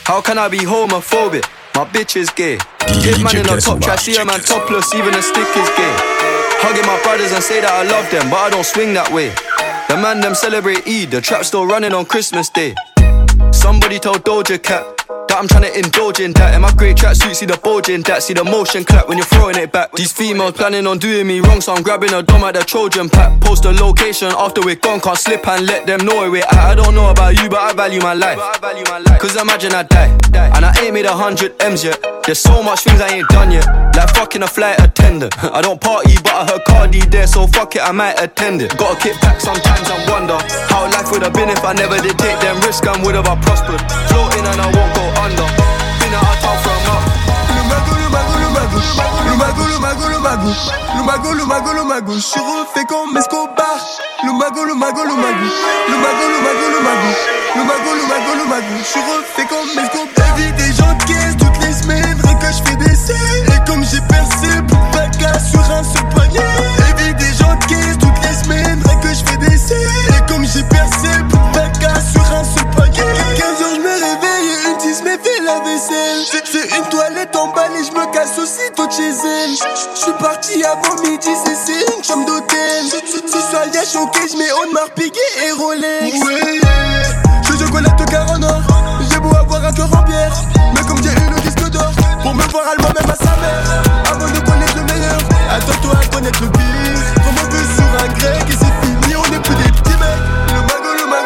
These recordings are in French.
How can I be homophobic? My bitch is gay. Hit man in a top try, see a man topless, even a stick is gay. Hugging my brothers and say that I love them, but I don't swing that way. The man them celebrate Eid, the trap still running on Christmas Day. Somebody told Doja Cat that I'm tryna indulge in that. In my grey tracksuit, see the bulge in that. See the motion clap when you're throwing it back. These females planning on doing me wrong, so I'm grabbing a dom at the Trojan pack. Post a location after we're gone, can't slip and let them know where we're at. I don't know about you, but I value my life. Cause imagine I die, and I ain't made 100 M's yet. There's so much things I ain't done yet, like fucking a flight attendant. I don't party, but I heard Cardi there, so fuck it, I might attend it. Gotta kick back sometimes and wonder how life would have been if I never did take them risks and would have I prospered. Floating and I won't go under. Been out of town from up. Le mago, je suis refait comme Escobar. Le mago, je suis refait comme Escobar. La vie des gens de caisse toutes les semaines, rien que je fais des scènes. Et comme j'ai percé, plus de bagages sur un seul panier. La vie des gens de caisse toutes les semaines, rien que je fais des scènes. Et comme j'ai percé, plus de bagages sur un seul panier. 15 heures je me réveille et une tisse me fait la vaisselle. C'est une toilette en balle et je me casse aussitôt de chez elle. Je suis parti avant midi, c'est une chambre d'hôtel. Si soir y'a choqué, je mets Audemars Piguet et Rolex. Ouais, je chocolate au caron or. J'ai beau avoir un cœur en pierre, mais comme j'ai eu le disque d'or, pour me voir allemand même à sa mère. Avant de connaître le meilleur, attends-toi à connaître le pire. Comme on veut sur un grec et c'est fini, on n'est plus des petits mecs. Le mago.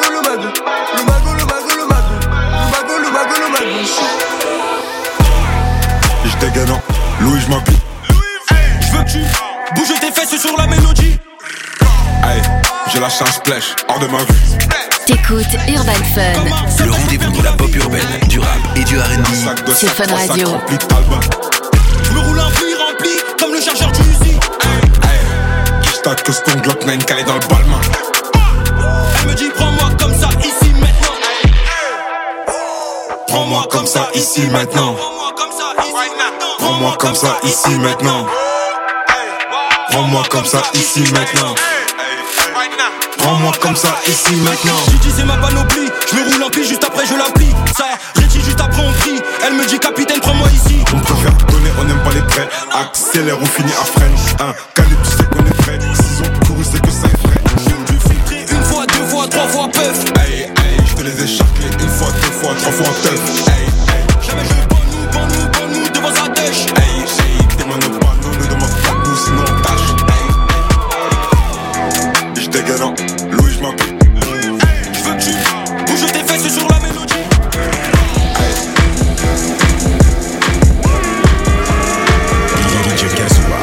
Je dégaine, Louis je m'habille. Je veux que tu bouges tes fesses sur la mélodie. Hey, j'ai lâché un splash, hors de ma vue. T'écoutes Urban Fun, le rendez-vous de la pop urbaine, du rap et du R&B sur Fun Radio. Je me roule un puits rempli comme le chargeur du Uzi. Je tape que ton Glock 9 calé dans le balmain. Elle me dit prends-moi comme ça ici maintenant. Prends-moi comme ça ici maintenant. Prends-moi comme ça ici maintenant. Prends-moi comme ça ici maintenant. Prends-moi comme ça ici maintenant. J'utilise ma panoplie, je me roule un pli juste après je l'applique. Ça, Reggie juste après on crie. Elle me dit capitaine prends-moi ici. On préfère donner, on n'aime pas les prêts. Accélère, on finit à French. Calé, tu sais qu'on est prêt. S'ils ont couru, c'est que ça est vrai. J'ai dû filtrer une fois, deux fois, trois fois puff. Hey, je te les ai charclés une fois, deux fois, trois fois en teuf. Jamais je ban nous devant sa dèche. T'es maintenant pas nous, ne demande pas nous, sinon on tâche. Je dégaine, Louis je m'habille. Je veux que tu bouges tes fesses sur la mélodie. DJ Kazoua.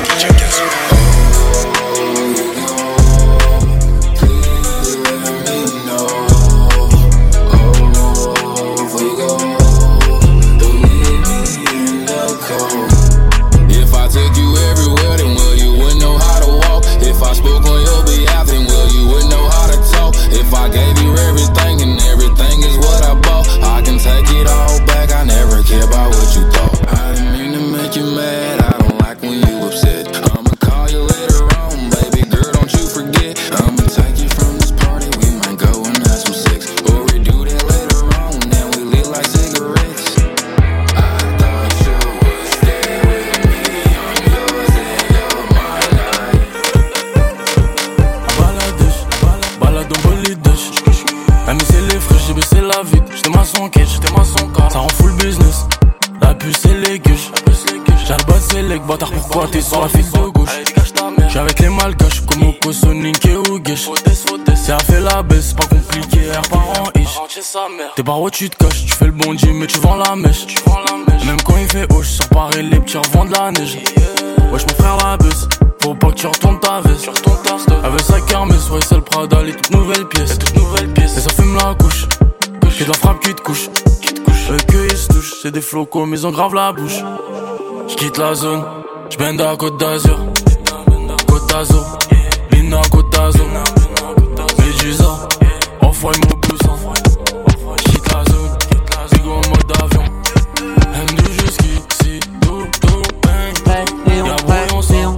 Bâtard pourquoi t'es sur la file de gauche. J'suis avec les malgaches comme Oko, Sonic et Ougesh. C'est à fait la baisse, pas compliqué, air par en ish. T'es par où tu te caches, tu fais le bon Dieu mais tu vends la mèche. Même quand il fait haut, j'sors parer les petits revends de la neige. Wesh mon frère la baisse, faut pas que tu retournes ta veste. Avec sa kermesse, ouais c'est le Prada, les toutes nouvelles pièces. Et ça fume la couche, que de la frappe qui te couche. Eux que ils se touchent, c'est des flocos mais ils ont grave la bouche. J'quitte la zone, j'bende à Côte d'Azur. Côte d'Azur, Lina Côte d'Azur. Médusa, envoie mon poussin. J'quitte la zone, bigo en mode avion. M2 jusqu'ici, tout bang. Y'a brouillon sang,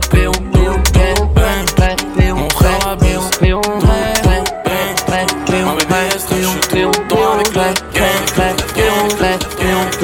bang. Mon frère la baisse, tout bang. Ma bébé est stress, j'suis tout le temps avec le gang.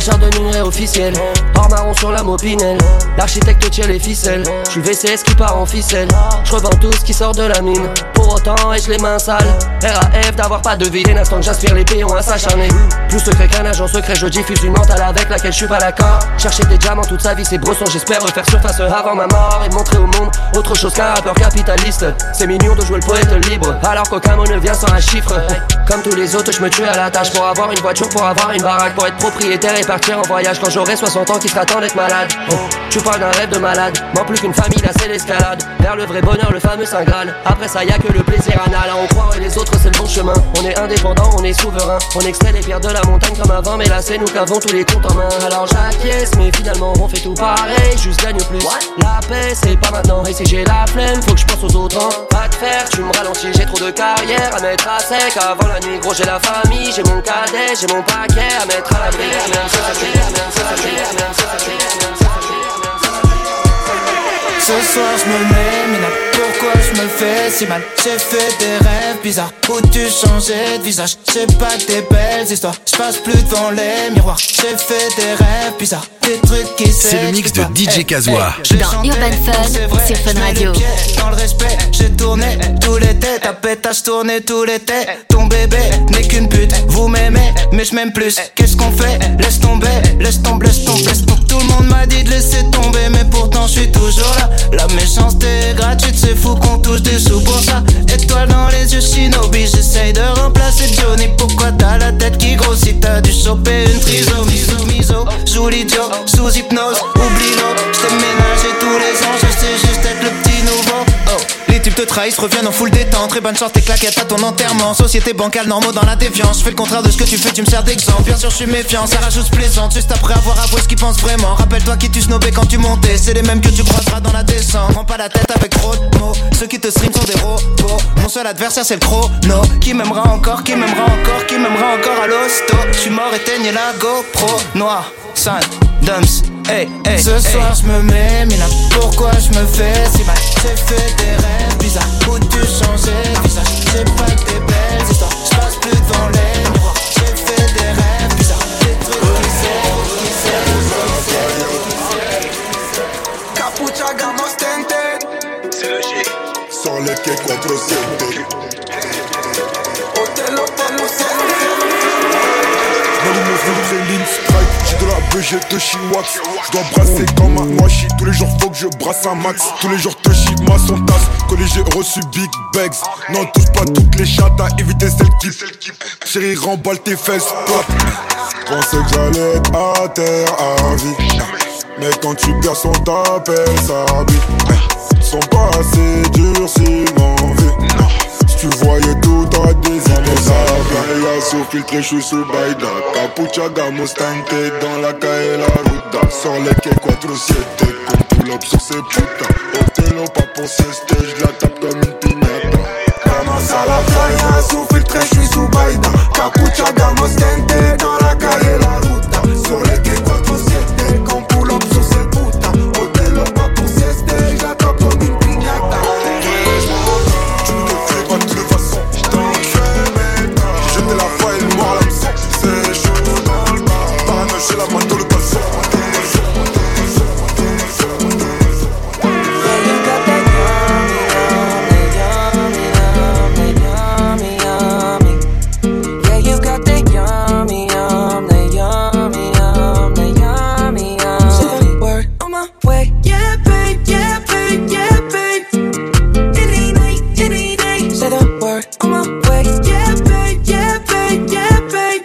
Chercheur de minerais officiel, or marron sur la mopinelle. L'architecte tire les ficelles, j'suis le VCS qui part en ficelle. J'revends tout ce qui sort de la mine, pour autant ai-je les mains sales. RAF d'avoir pas deviné l'instant que j'aspire les péons à s'acharner. Plus secret qu'un agent secret, je diffuse une mentale avec laquelle je suis pas d'accord. Chercher des diamants toute sa vie c'est bresson, j'espère refaire surface avant ma mort. Et montrer au monde autre chose qu'un rappeur capitaliste. C'est mignon de jouer le poète libre, alors qu'aucun mot ne vient sans un chiffre. Comme tous les autres je me tue à la tâche pour avoir une voiture, pour avoir une baraque, pour être propriétaire et partir en voyage quand j'aurai 60 ans qui sera temps d'être malade. Tu parles d'un rêve de malade, moins plus qu'une famille là c'est l'escalade. Vers le vrai bonheur, le fameux Saint Graal. Après ça y a que le plaisir anal. On croit et les autres c'est le bon chemin. On est indépendant, on est souverain. On extrait les pierres de la montagne comme avant, mais là c'est nous qu'avons tous les comptes en main. Alors j'acquiesce, mais finalement on fait tout pareil, juste gagne plus. La paix c'est pas maintenant, et si j'ai la flemme, faut que je pense aux autres. Pas de faire, tu me ralentis, j'ai trop de carrière à mettre à sec. Avant la nuit gros j'ai la famille, j'ai mon cadet, j'ai mon paquet à mettre à l'abri. Ce soir je me mets, mais pourquoi je me fais si mal? J'ai fait des rêves bizarres où tu changeais de visage. J'ai pas que des belles histoires, je passe plus devant les miroirs. J'ai fait des rêves bizarres, des trucs qui c'est le mix de DJ Kazoa. Dans Urban Fun, sur Fun Radio. Dans le respect, j'ai tourné tout l'été. Ta pétasse tournée tout l'été. Ton bébé n'est qu'une pute, vous m'aimez, mais je m'aime plus. Qu'est-ce qu'on fait? Laisse tomber, laisse tomber, laisse tomber, laisse tomber. Tout le monde m'a dit de laisser tomber, mais pourtant je suis toujours là. La méchanceté est gratuite, c'est fou qu'on touche des sous pour ça. Étoile dans les yeux, Shinobi, j'essaye de remplacer Johnny. Pourquoi t'as la tête qui grossit? T'as dû choper une trisomie. Miso, joue l'idiot, sous hypnose, oublie-le. J't'ai ménagé tous les ans, je sais juste être le petit nouveau. Oh. Les types te trahissent, reviennent en full détente. Très bonne chance, tes claquettes à ton enterrement. Société bancale, normaux dans la défiance. Je fais le contraire de ce que tu fais, tu me sers d'exemple. Bien sûr, je suis méfiant, ça rajoute plaisante. Juste après avoir avoué ce qu'ils pensent vraiment. Rappelle-toi qui tu snobais quand tu montais. C'est les mêmes que tu croiseras dans la descente. Prends pas la tête avec trop de mots. Ceux qui te stream sont des robots. Mon seul adversaire, c'est le chrono. Qui m'aimera encore, qui m'aimera encore, qui m'aimera encore à l'hosto. Je suis mort, éteignez la GoPro. Noir, sale, dumps. Hey, hey, ce soir je me mets, mais là pourquoi je me fais si mal? J'ai fait des rêves bizarres où tu changeais de visage. J'ai pas que des belles histoires, je passe plus devant les miroirs. J'ai fait des rêves bizarres, des trucs qui Capucha Gamos Tented, c'est le G. Sans les quais 407. Hotel Opal j'ai de la BG de Chiwax. Je dois brasser comme un Washi. Tous les jours faut que je brasse un max. Tous les jours te chima son tasse. Collé j'ai reçu Big Bags. Non touche pas toutes les chattes, à éviter celles qui chérie remballe tes fesses. Pensais que j'allais être à terre à vie, mais quand tu perds son t'appelle ça vie. Sont pas assez durs s'ils m'en veulent. Si tu voyais tout à des années ça playa sous filtré, j'suis sous Baïda. Capucha Gamos Tented dans la caille la ruta. Sans les quais 407, qu'on pull up sur ces putains. Hotel pas pour siester, j'la tape comme une piñata. Commence à la playa sous filtré, j'suis sous Baïda. Capucha Gamos Tented dans la caille la ruta. Sur les quais 407, qu'on pull up sur ces putains. Hotel pas pour siester, j'la tape comme une piñata. J'ai la main dans le bassin. Yeah, you got that yummy, yum, that yummy, yum, that yummy, yum. Say the word on my way. Yeah, babe, yeah, babe, yeah, babe. Any night, any day. Say the word on my way. Yeah, babe, yeah, babe, yeah, babe.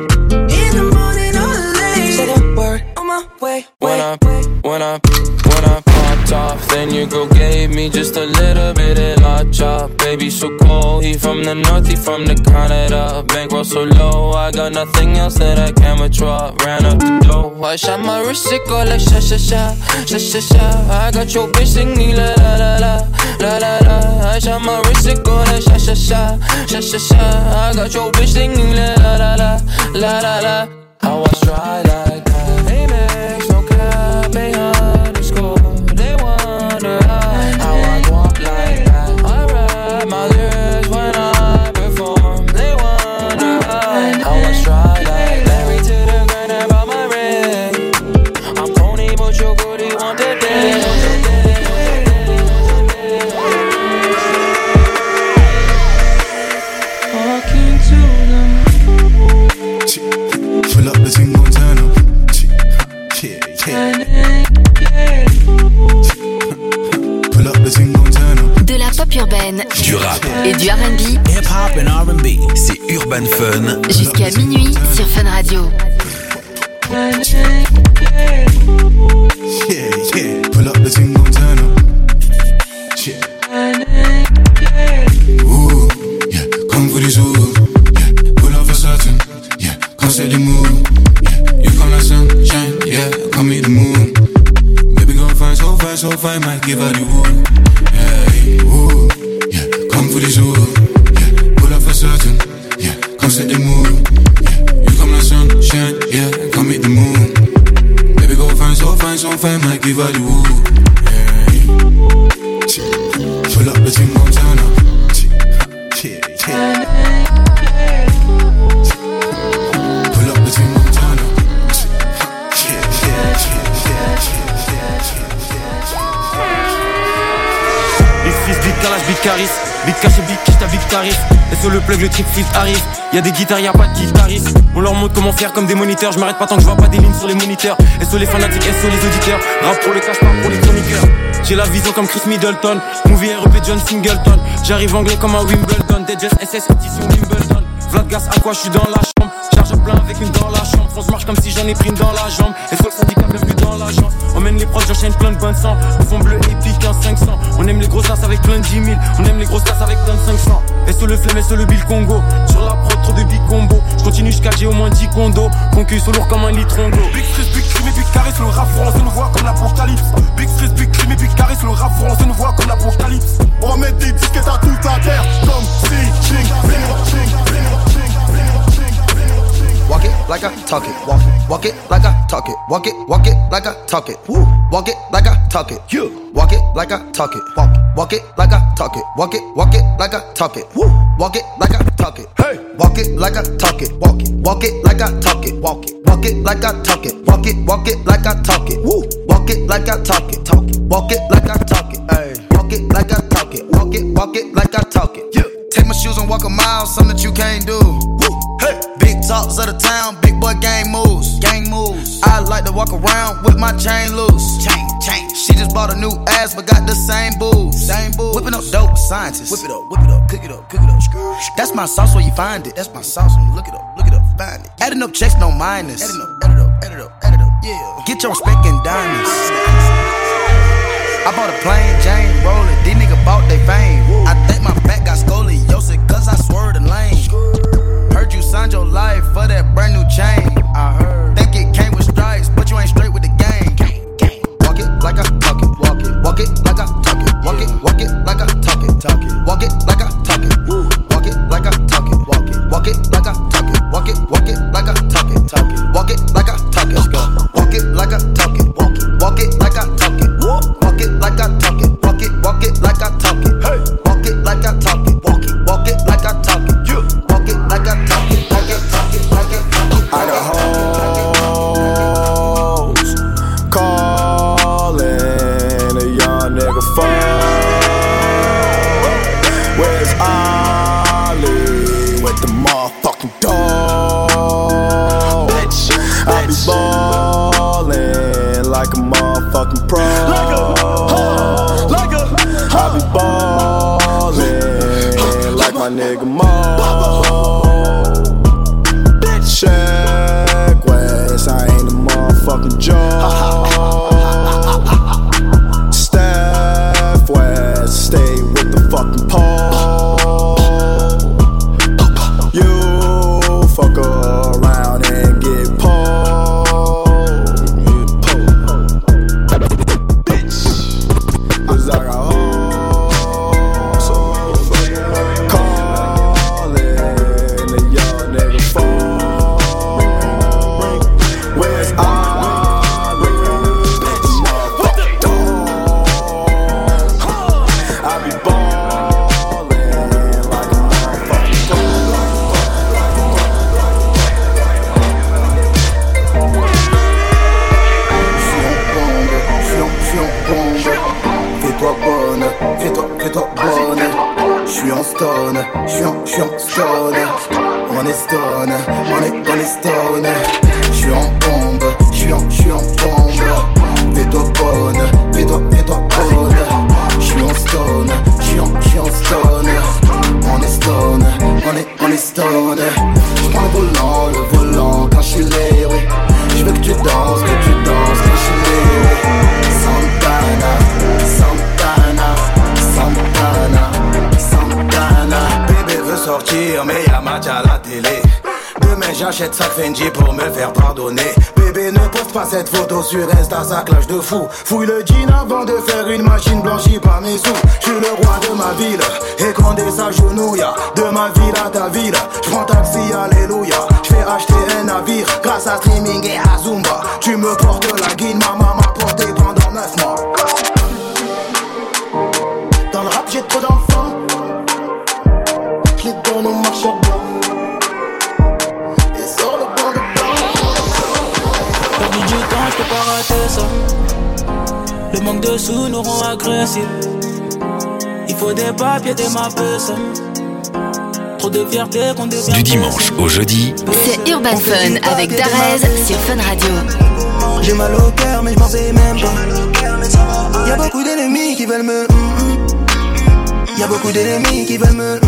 When I popped off, then your girl gave me just a little bit of la chop. Baby so cold, he from the north, he from the Canada. Bankroll so low, I got nothing else that I can withdraw. Ran up the dough, I shot my wrist, it go like sha sha sha, sha sha sha. I got your bitch singing la la la la, la la la. I shot my wrist, it go like sha sha sha, sha sha sha. I got your bitch singing la la la la, la la la. I was dry like that. Hey Max, no cap, they underscore. They wonder how I walk like that. I rap my lyrics when I perform. They wonder how I was dry like that. Married to the grind about my wrist. Pull up, the thing gon' turn up. Pull up, the thing gon' turn up. De la pop urbaine, du rap et du R&B. Hip-hop and R&B. C'est Urban Fun. Jusqu'à minuit sur Fun Radio. Yeah. Pull up, the thing gon' turn up. Ooh, yeah. Come for this ooh. Yeah. Pull up for certain. Yeah. Come set the mood. Yeah. You come like sunshine. Yeah. Come meet the moon. Baby gon' find so fine. Might give her the wood. Yeah. Ooh, yeah. Come for this ooh. Yeah. Pull up for certain. Yeah. Come set the mood. Yeah. You come like sunshine. Yeah. Come meet the moon. Baby gon' find so fine. Might give her the wood. Pull up, the thing gon' turn up. Pull up, the thing gon' turn up. Big fils, big calage, big charis. Big caché, big quiche, ta big tarif. Et sur le plug, le trip fit arrive. Y'a des guitares, y'a pas de guitariste. On leur montre comment faire comme des moniteurs. Je m'arrête pas tant que je vois pas des lignes sur les moniteurs. Et sur les fanatiques, et sur les auditeurs. Rap pour le cash, pas pour les chroniqueurs. J'ai la vision comme Chris Middleton. Movie REP John Singleton. J'arrive anglais comme un Wimbledon. Dead Just SS édition Wimbledon. Vlad Gas à quoi je suis dans la chambre. Charge plein avec une dans la chambre. On se marche comme si j'en ai pris une dans la jambe. Et sur le syndicat bienvenue dans l'agence. On mène les proches, j'enchaîne plein de bonnes sang. Au fond bleu épique, un 500. On aime les grosses tasses avec plein de 10 000. On aime les grosses tasses avec plein de 500. Et sur le flemme et sur le bill Congo. Sur la prod, trop de big combo. Je continue jusqu'à j'ai au moins 10 condos. Concu sous lourd comme un litrongo. Big stress, big crime et big carré sur le rap français, nous voit comme l'apocalypse. Big stress, big crime et big carré sur le rap français, nous voit comme l'apocalypse. On va mettre des disquettes à toute la terre. Comme si, ching, walk it like I talk it. Walk it like I talk it. Walk it like I talk it. Woo. Walk it like I talk it. You walk it like I talk it. Walk it like I talk it. Walk it like I talk it. Woo. Walk it like I talk it. Hey. Walk it like I talk it. Walk it like I talk it. Walk it like I talk it. Walk it like I talk it. Woo. Walk it like I talk it. Walk it like I talk it. Hey. Walk it like I talk it. Walk it like I talk it. Yeah. Take my shoes and walk a mile, something that you can't do. Woo. Hey. Big talks of the town, big boy gang moves. I like to walk around with my chain loose. Chain. She just bought a new ass, but got the same booze. Whipping up dope scientists. Whip it up, cook it up. That's my sauce where you find it. That's my sauce when you look it up, find it. Adding up checks, no minus. Add it up, yeah. Get your respect in diamonds. I bought a plain Jane roller, these niggas bought they fame. I think my back got scoliosis, cause I swerved the lane. Heard you signed your life for that brand new chain. I heard. Think it came with stripes, but you ain't straight with the game. Walk it like I talk it. Walk it like I talk it. Walk it like I talk it. Walk it like I talk it. Walk it like I talk it. Walk it like I talk it. Walk it like I talk it. Walk it like I talk it. Let's go. Walk it like I talk it. Walk it like I talk it. Walk it like I talk it. Walk it like I talk it. Hey. Walk it like I talk it. Walk it like I talk it. You. Walk it like I talk it. Talk it. I got hoes calling a young nigga phone. Where's Ollie with the motherfucking dog? I be ballin' like a motherfucking pro. I be ballin' like my nigga Mo. Check West, I ain't a motherfucking joke. Steph West, stay with the fucking pole. You fuck around and get pulled. Bitch, 'cause I got hoes calling a young nigga phone. Where's Ollie? Motherfucking dog. I be ballin' like a motherfucking dog. Fais-toi bonne. J'suis en stone. on est stone, on est stone. J'suis en bombe, j'suis en bombe. Fais-toi bonne, fais-toi bonne. J'suis en stone, j'suis en stone. On est stone, on est stone. J'prends le volant quand j'suis lévé. J'veux que tu danses quand j'suis lévé. Santana. Bébé veut sortir mais y'a match à la télé. Demain j'achète sa Fendi pour me faire pardonner. Bébé ne poste pas cette photo sur Insta, ça clash de fou. Fouille le jean avant de faire une machine blanchie par mes sous. J'suis le roi de ma ville et Condé s'agenouille. De ma ville à ta ville, j'prends taxi, alléluia. J'fais acheter un navire grâce à streaming et à Zumba. Tu me portes la guine, ma maman m'a porté pendant 9 mois. Dans le rap j'ai trop d'enfants. J'les donne au marché blanc. Je peux pas rater ça. Le manque de sous nous rend agressifs. Il faut des papiers, des mappes. Trop de fierté qu'on devient. Du dimanche au jeudi, c'est Urban Fun avec Darez sur Fun Radio. J'ai mal au cœur mais je m'en sais même pas. Y'a beaucoup d'ennemis qui veulent me Y'a beaucoup d'ennemis qui veulent me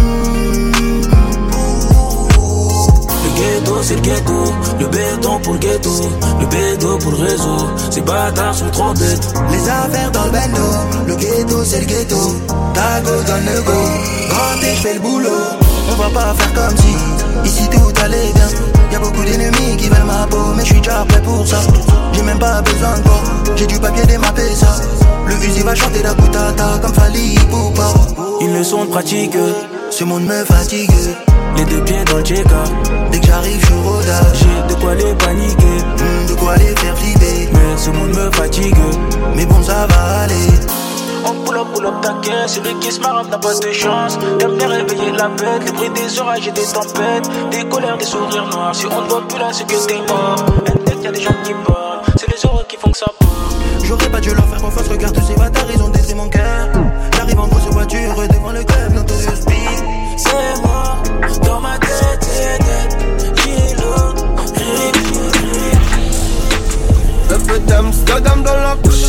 Le ghetto c'est le ghetto, le béton pour le ghetto, le bédo pour le réseau. Ces bâtards sont trop bêtes. Les affaires dans le bendo, le ghetto c'est le ghetto. Tago donne le go, rentrez j'fais le boulot. On va pas faire comme si ici tout allait bien. Y'a beaucoup d'ennemis qui veulent ma peau, mais j'suis déjà prêt pour ça. J'ai même pas besoin de port, j'ai du papier démappé ça. Le fusil va chanter la boutata comme Fali Poupa. Une leçon de pratique, ce monde me fatigue. Les deux pieds dans le check-up. Dès que j'arrive je roda. J'ai de quoi les paniquer, de quoi les faire flipper. Mais ce monde me fatigue, mais bon ça va aller. On pull up taquet, celui qui se marre n'a pas de chance. T'aimes bien réveiller la bête, le bruit des orages et des tempêtes. Des colères, des sourires noirs, si on ne voit plus là c'est que t'es mort. Y'a des gens qui parlent, c'est les heureux qui font que ça part. J'aurais pas dû leur faire confiance, regarde ces bâtards, ils ont détruit mon cœur. J'arrive en grosse voiture, devant le club, Notorious Big. C'est moi, dans ma tête, un peu d'Amsterdam dans la bouche.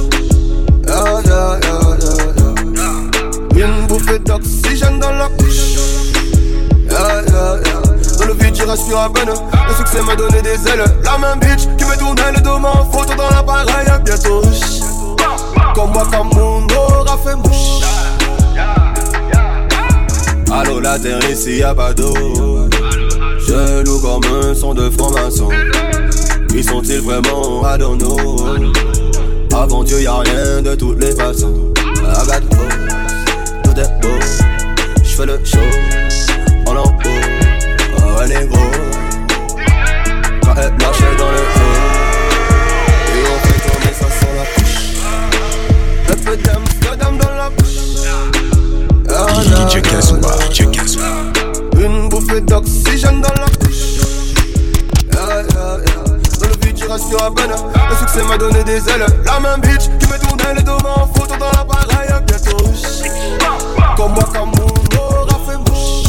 Une bouffée d'oxygène dans la couche. Dans le vide, j'y rassure à peine. Le succès m'a donné des ailes. La même bitch qui me tournait le dos en photo dans l'appareil. Bientôt, comme moi, comme mon aura fait mouche. Allô, la terre ici y'a pas d'eau. Je loue comme un son de franc-maçon. Qui sont-ils vraiment? I don't know. Avant Dieu y'a rien de toutes les façons. I got the flow, tout est beau. J'fais le show, en haut. Oh elle est gros. Quand elle lâchait dans le haut. Et on fait tourner ça sans la couche. Un peu d'Amsterdam dans la bouche. DJ Kazuma. Une bouffée d'oxygène dans la couche. Dans le vide, j'y rassure à peine. Le succès m'a donné des ailes. La même bitch qui me tournait le dos en photo dans l'appareil. Bientôt, comme moi, comme mon aura fait mouche.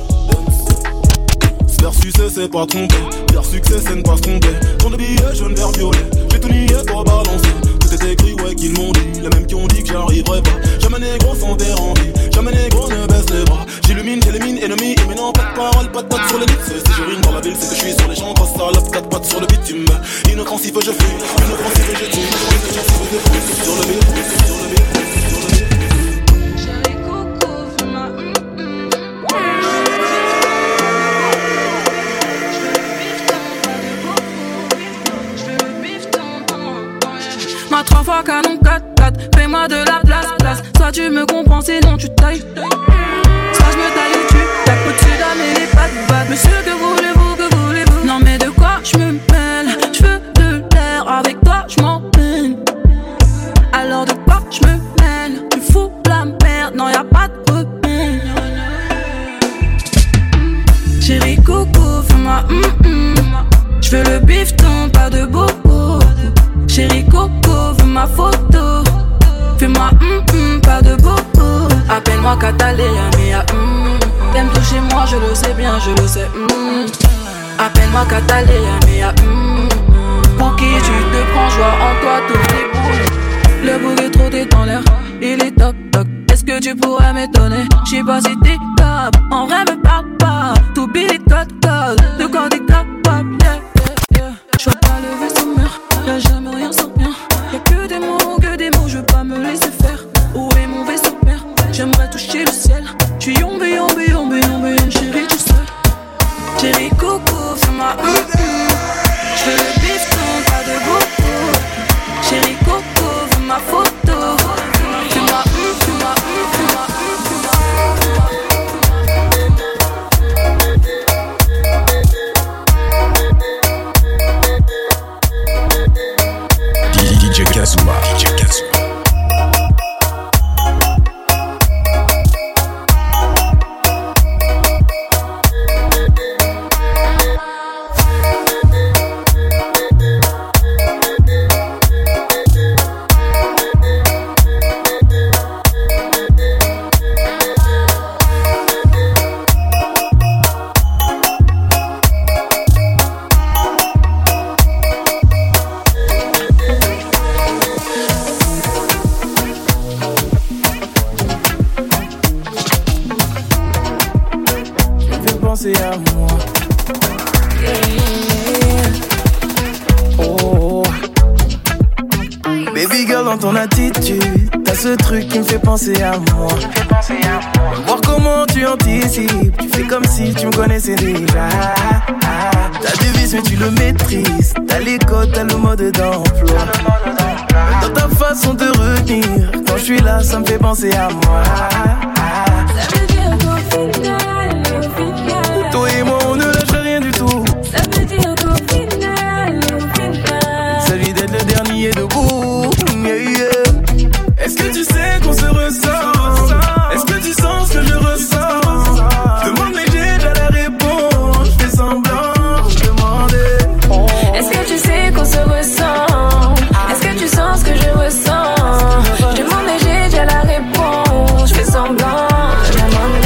Se faire succès, c'est pas tromper. Faire succès, c'est ne pas se tromper. Ton de billets jaune, vert, violet. J'ai tout nié pour balancer. Tout est écrit, ouais, qu'ils m'ont dit. Les mêmes qui ont dit que j'arriverai pas. Jamais négro sans terre en vie. Jamais négro ne baisse les bras. J'illumine, ennemis. Et maintenant, pas de parole, pas de pattes sur les lips. Si je rime dans la ville, c'est que je suis sur les champs. Grosse salope, 4 pattes sur le bitume. Inoffensif, je fuis. Inoffensif, je tue. Sur le beat, sur le beat. Ma 3 fois canon 4-4, fais-moi de la place. Soit tu me comprends, sinon tu tailles. Soit je me taille et tu tapes au-dessus d'amener les pattes. Monsieur, que voulez-vous? Non mais de quoi je me mêle? Je veux de l'air, avec toi je m'en peine. Alors de quoi je me mêle? Tu fous la merde, non y'a pas de repère. Chérie coco, fais-moi Je veux le bifton, pas de bobo. Chérie coco, veux ma photo. Fais-moi pas de bobo. Appelle-moi Catalina, mais T'aimes toucher moi, je le sais bien, je le sais. Appelle-moi Catalina, mea. Pour qui tu te prends, je vois en toi tous les boules. Le bouc est trotté dans l'air, il est toc toc. Est-ce que tu pourrais m'étonner? J'sais pas si t'es top, en vrai me parle pas. Tout billet code code, de quoi t'es capable, yeah, yeah, yeah. J'vois pas le vaisseau mur, y'a jamais rien sans rien. Y'a que des mots, je veux pas me laisser faire. Où est mon vaisseau père? J'aimerais toucher le ciel. J'suis yombe, chérie, tu sais. Chérie, coucou, fais-moi j'fais le bifton, pas de beaucoup. Chérie, coucou, fais ma photo. Fais-moi fais-moi DJ Kazuma. À moi. Oh. Baby girl, dans ton attitude, t'as ce truc qui me fait penser à moi. Voir comment tu anticipes, tu fais comme si tu me connaissais déjà. T'as des vices mais tu le maîtrises, t'as les codes, t'as le mode d'emploi. Dans ta façon de retenir, quand je suis là, ça me fait penser à moi. Ça veut dire qu'au final, toi et moi on ne lâche rien du tout. ça veut dire qu'au final, s'agit d'être le dernier debout. Yeah, yeah. Est-ce que tu sais qu'on se ressent? Est-ce que tu sens ce que je ressens? Je demande mais j'ai déjà la réponse. Je fais semblant, je demandais. Est-ce que tu sais qu'on se ressent? Est-ce que tu sens ce que je ressens? Je demande mais j'ai déjà la réponse. Je fais semblant, je demandais.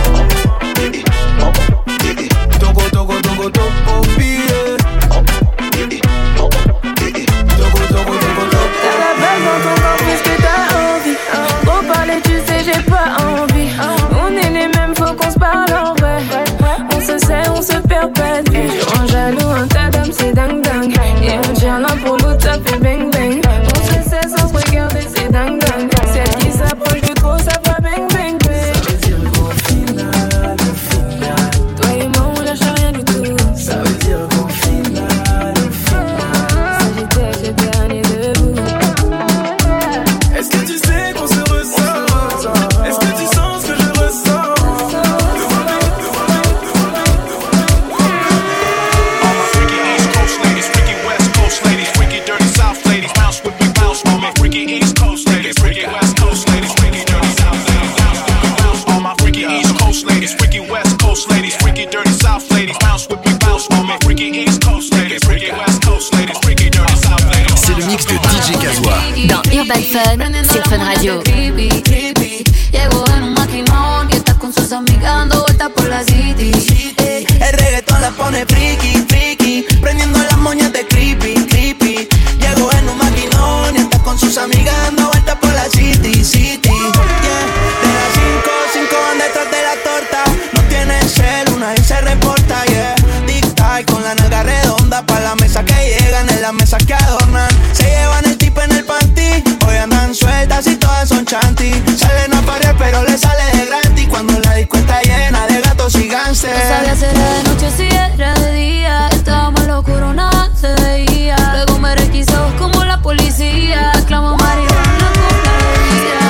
T'as la balle dans ton corps puisque t'as envie. Trop parler, tu sais, j'ai pas envie. On est les mêmes, faut qu'on se parle en vrai. On se sait, on se perpète. Tu rends jaloux, un tas d'âmes, c'est dingue dingue. Et on tient l'un pour l'autre, ça fait bang bang. On se sait sans se regarder, c'est dingue dingue. Celle qui s'approche de trop, ça va bang bang bang. Ça veut dire qu'au final, toi et moi, on lâche rien du tout. ça veut dire qu'au final, Si j'étais le dernier debout. est-ce que tu sais qu'on se ressent? Est-ce que tu sens ce que je ressens? C'est le mix de DJ Kazuma. Dans Urban Fun sur Fun Radio. Llegó en un maquinón y está con sus amigas dando vueltas por la city. El reggaetón la pone friki, friki, prendiendo las moñas de creepy, creepy. Llegó en un maquinón y está con sus amigas dando vueltas por la city, city. Yeah. De las 5 van detrás de la torta. No tiene cel, una y se reporta, yeah. Tic-tac con la nalga redonda pa' la mesa que llegan, en las mesas que adornan. Se llevan el tipo en el panty, hoy andan sueltas y todas son chanty. Salen a parear pero le sale de gratis cuando la disco está llena de gatos y gánster. No sabía si era de noche o si era de día. Estábamos locos, nada se veía. Luego me requisó como la policía. Clamo marihuana con la bebida.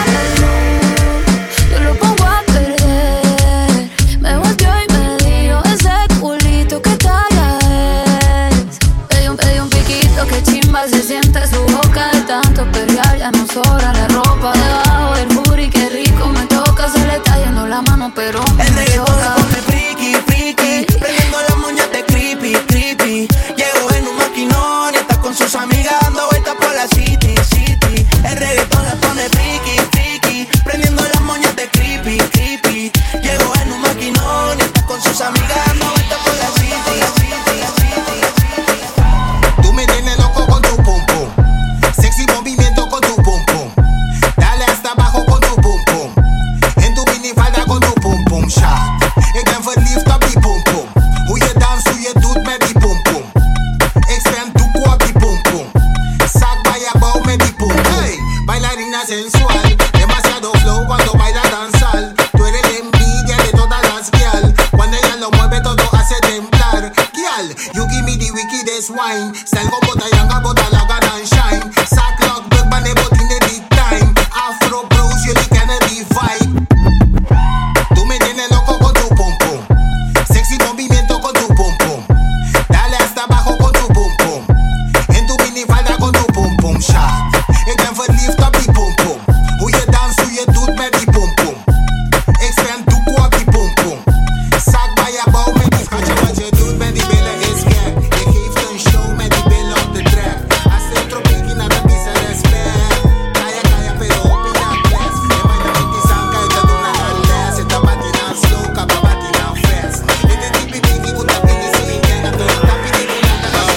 Yo lo pongo a perder. Me volteó y me dijo ese culito que talla es. Pedí un piquito que chimba se siente su boca de tanto perrear. Ya no sobra la ropa debajo del booty. Qué rico me toca, se le está yendo la mano pero El me reggaetón choca. la pone friki, friki, prendiendo las moñas de creepy, creepy. Llegó en un maquinón y está con sus amigas dando vueltas por la city, city. El reggaetón la pone friki, friki, prendiendo las moñas de creepy, creepy. Llegó en un waist wine. Style go bota yanga bota laga dan shine. Sack lock big bane botine big time. Afro blues jullie kennen die vibe. Tú me tienes loco con tu pum pum. Sexy movimiento con tu pum pum. Dale hasta abajo con tu pum pum. En tu minifalda con tu pum pum shot. Ik ben verliefd op die pum pum. Hoe je danst, hoe je doet met die pum pum. Ik stem doekoe op die pum pum. Zak bij je bouw met die schatje. Wat je doet met die billen is gek. Je geeft een show met die billen op de track. Als je tropiek naar de pizza respect. Kaya kaya pero op in dat les. En mijn naam is die zang, kijk dat doen aan de les. Het is batin aan slow, kaba batin aan fast. Ik denk die pipi die moet tapin de zin. Kijk dat doen, tapin die moet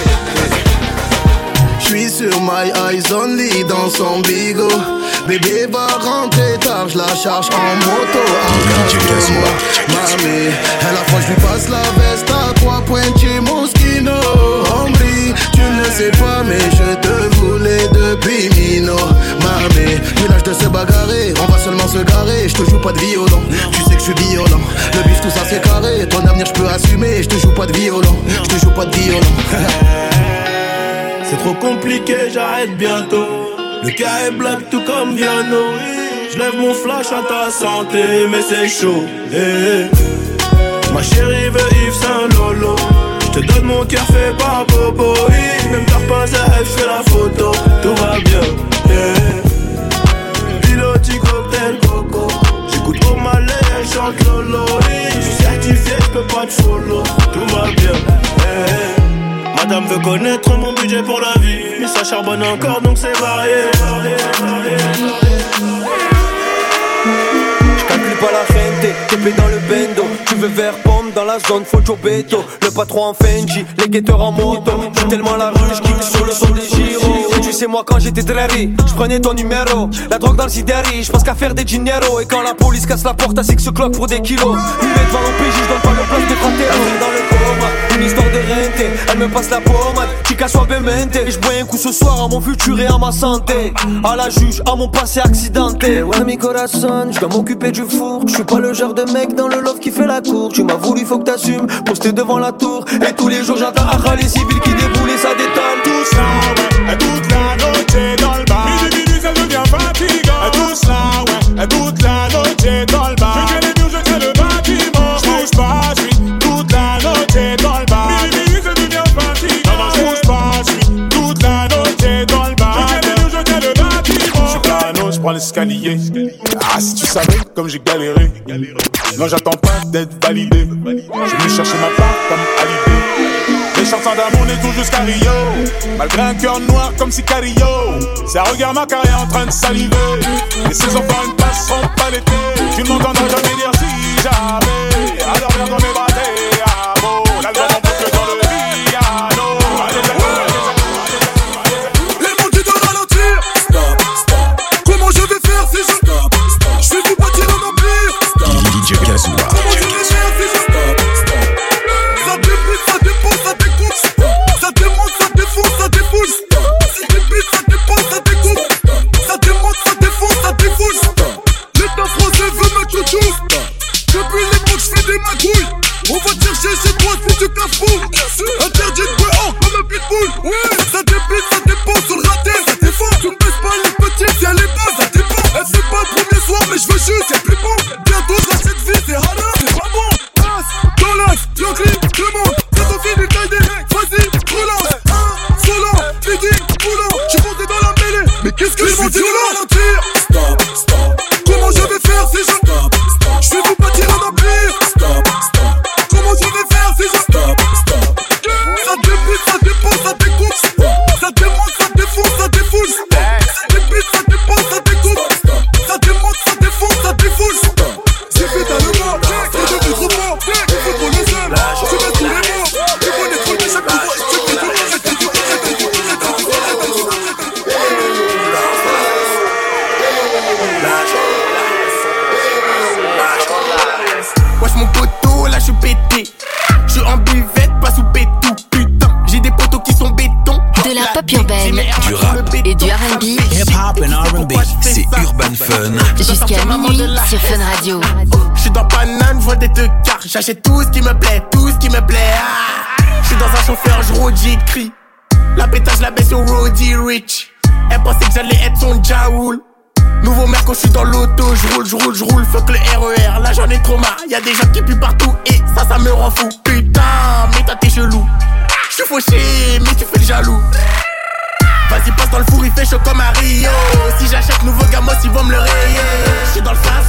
J'suis sur my eyes only dans son bigot. Bébé va rentrer tard, j'la charge en moto. Engage-moi, mamie. Elle a froid, j'lui passe la veste à 3 points chez Moschino. Hombre, tu ne le sais pas, mais je te voulais depuis Mino. Mamie, plus l'âge de se bagarrer, on va seulement se garer. J'te joue pas de violon, tu sais que j'suis violent. Le bif tout ça c'est carré, ton avenir j'peux assumer. J'te joue pas de violon, j'te joue pas de violon. C'est trop compliqué, j'arrête bientôt. Le cas est black tout comme Viano. J'lève mon flash à ta santé, mais c'est chaud. Ma chérie veut Yves Saint Lolo. J'te donne mon cœur fait par Bobo. Même t'as pas à j'fais la photo. Tout va bien. Piloti cocktail coco. J'écoute trop mal et chante Lolo. J'suis certifié, j'peux pas te follow. Tout va bien. Madame veut connaître mon budget pour la vie. Mais ça charbonne encore donc c'est varié. J'calcule pas la gente, TP dans le bendo. Tu veux vert pomme dans la zone, faut Beto. Le patron en Fenji, les guetteurs en moto. J'aime tellement la rue, j'kick sur le son des gyros. Tu sais moi quand j'étais drari, j'prenais ton numéro. La drogue dans le sidéri, j'pense qu'à faire des dinero. Et quand la police casse la porte à 6 o'clock pour des kilos. Ils mettent devant l'OPJ, j'donne pas le place de Fratero. Dans le coma, une histoire de rente. Elle me passe la pommade, chica suavemente. Et j'bois un coup ce soir à mon futur et à ma santé. À la juge, à mon passé accidenté. Ouais mi corazon, j'dois m'occuper du four. J'suis pas le genre de mec dans le love qui fait la cour. Tu m'as voulu, faut que t'assumes, posté devant la tour. Et tous les jours j'entends les civils qui déboulent et ça détonne. Tout ça, ouais, toute la noche dans le bar. Minuit, ça devient fatigant. Tout ça, ouais, toute la noche dans le bar. Je tiens les murs, je tiens le bâtiment. J'bouge pas, j'suis toute la noche dans le bar. Minuit, ça devient fatigant. Non, j'bouge pas, j'suis toute la noche dans le bar. Je tiens les murs, je tiens le bâtiment. J'suis plano, j'prends l'escalier. Ah, si tu savais comme j'ai galéré. Non, j'attends pas d'être validé. Je venu chercher ma part comme Hallyday. Les chansons d'amour n'est tout jusqu'à Rio. Malgré un cœur noir comme Sicario. Ça regarde ma carrière en train de saliver. Et ces enfants ne passeront pas l'été. Tu ne m'entendras jamais dire si jamais. Alors viens dans mes bras, t'es à beau. L'album en boucle dans le piano. Les mots doivent ralentir. Stop, stop. Comment je vais faire si je stop, stop. Je vais vous bâtir un empire. DJ Kazoua. Comment je vais faire si je stop, stop. Ça débute, ça dépose, ça découpe. Ça démonte, ça défonce, ça défoule. Ça débute, ça dépose, ça découpe. Ça démonte, ça défonce, ça défoule. L'État français veut me chouchou. Depuis l'époque, j'fais des magouilles. On va te chercher chez toi si tu cafouilles. Interdit de jouer comme un pitbull. Ça débute, ça dépose sur le raté. Ça défend, tu me baisses pas les petits, c'est les bas, ça dépend. Elle fait pas le premier soir, mais j'veux juste, c'est plus bon. Bientôt, dans cette vie, c'est halal, c'est pas bon. Dans l'axe, Jean-Claude, Clément, ça t'en finit d'aider. Vas-y, relance. Solant, Fidi, Boulant. J'suis monté dans la mêlée. Mais qu'est-ce que je fais de ralentir? Stop, stop. Comment je vais faire si je stop, stop. Je vais vous bâtir un empire. Stop, stop. Comment je vais faire si je stop, stop. Ça débute, ça dépose, ça découpe. Ça démonte, ça défonce, ça défoule. Ça débute, ça dépose, ça découpe. Ça démonte, ça défonce, ça défoule. J'ai fait dans le mort, c'est devenu trop fort. Il faut qu'on les aime, je mets tous les mots. Tu vois les trucs de chaque fois. Wesh mon poteau, là j'suis pété. J'suis en buvette, pas sous pétou. Putain, j'ai des poteaux qui sont béton. De la pop urbaine, du rap et du R&B. Hip-hop and R&B, c'est Urban Fun. Jusqu'à minuit sur Fun Radio. J'suis dans Paname, j'vois des deux quarts. J'achète tout ce qui me plaît, tout ce qui me plaît. J'suis dans un chauffeur, j'roule, j'écris. baisse au Roddy Rich. Elle pensait que j'allais être son Jaoul. Nouveau mec quand je suis dans l'auto, j'roule, fuck le RER, là j'en ai trop marre, y'a des gens qui puent partout et ça me rend fou. Putain, mais toi t'es chelou. J'suis fauché, mais tu fais le jaloux. Vas-y passe dans le four, il fait chaud comme un Rio. Si j'achète nouveau gamos, ils vont me le rayer. J'suis dans le phare